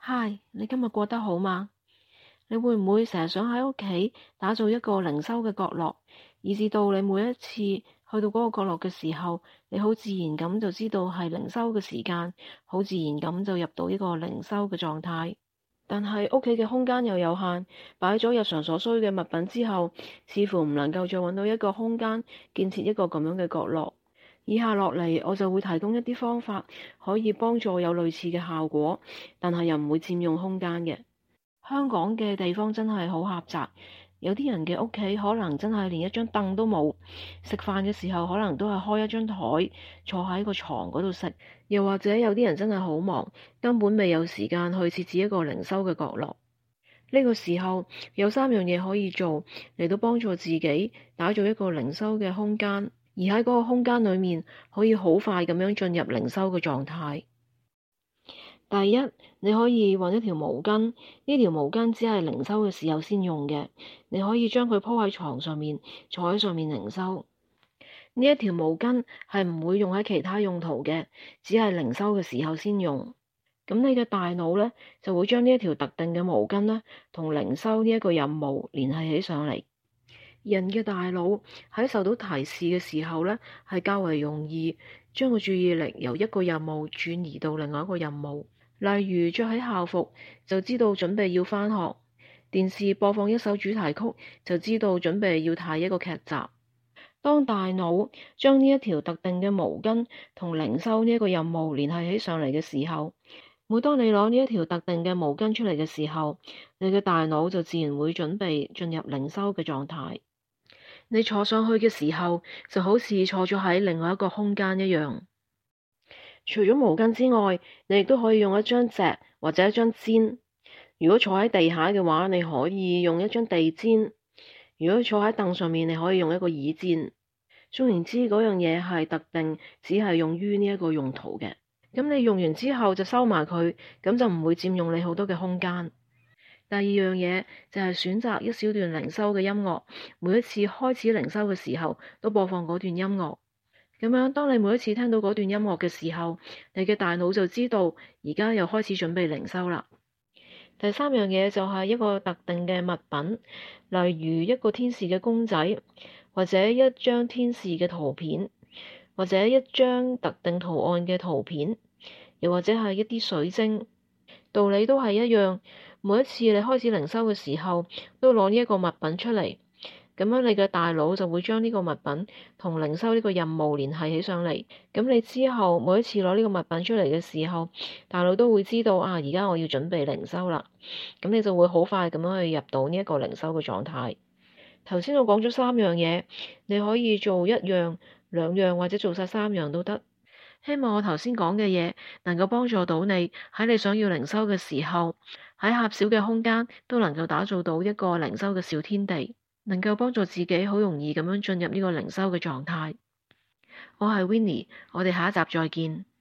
嗨，你今日過得好嗎？你會唔會成日想喺屋企打造一個靈修嘅角落，以至到你每一次去到嗰個角落嘅時候，你好自然咁就知道係靈修嘅時間，好自然咁就入到一個靈修嘅狀態。但係屋企嘅空間又有限，擺咗日常所需嘅物品之後，似乎唔能夠再揾到一個空間建設一個咁樣嘅角落。以下落嚟，我就會提供一啲方法，可以幫助有類似嘅效果，但係又唔會佔用空間嘅。香港嘅地方真係好狹窄，有啲人嘅屋企可能真係連一張凳都冇，食飯嘅時候可能都係開一張台坐喺個床嗰度食，又或者有啲人真係好忙，根本未有時間去設置一個靈修嘅角落。呢個時候有三樣嘢可以做嚟到幫助自己打造一個靈修嘅空間，而喺嗰個空間裏面可以好快咁樣進入靈修嘅狀態。第一，你可以揾一條毛巾，呢條毛巾只係靈修嘅時候先用嘅，你可以將佢鋪喺床上面，坐喺上面靈修。呢一條毛巾係唔會用喺其他用途嘅，只係靈修嘅時候先用。咁你嘅大腦呢，就會將呢一條特定嘅毛巾呢，同靈修呢一個任務聯繫起上嚟。人嘅大腦喺受到提示嘅時候呢，係較為容易將個注意力由一個任務轉移到另外一個任務。例如着起校服就知道準備要返學，電視播放一首主題曲就知道準備要睇一個劇集。當大腦將呢一條特定嘅毛巾同靈修呢一個任務聯繫起上嚟嘅時候，每當你攞呢一條特定嘅毛巾出嚟嘅時候，你嘅大腦就自然會準備進入靈修嘅狀態。你坐上去嘅時候，就好似坐咗喺另外一個空間一樣。除咗毛巾之外，你亦都可以用一張席或者一張氈。如果坐喺地下嘅話，你可以用一張地氈；如果坐喺凳上面，你可以用一個椅墊。總言之，嗰樣嘢係特定，只係用於呢一個用途嘅。咁你用完之後就收埋佢，咁就唔會佔用你好多嘅空間。第二樣嘢就係選擇一小段靈修嘅音樂，每一次開始靈修嘅時候都播放嗰段音樂。咁樣，當你每一次聽到嗰段音樂嘅時候，你嘅大腦就知道而家又開始準備靈修啦。第三樣嘢就係一個特定嘅物品，例如一個天使嘅公仔，或者一張天使嘅圖片，或者一張特定圖案嘅圖片，又或者係一啲水晶。道理都係一樣，每一次你開始靈修嘅時候，都攞呢一個物品出嚟。咁樣你嘅大腦就會將呢個物品同靈修呢個任務聯繫起上嚟。咁你之後每一次攞呢個物品出嚟嘅時候，大腦都會知道而家我要準備靈修啦。咁你就會好快咁樣去入到呢一個靈修嘅狀態。頭先我講咗三樣嘢，你可以做一樣、兩樣或者做晒三樣都得。希望我頭先講嘅嘢能夠幫助到你喺你想要靈修嘅時候，喺狹小嘅空間都能夠打造到一個靈修嘅小天地。能夠幫助自己好容易咁樣進入呢個靈修嘅狀態。我係 Winnie，我哋下一集再見。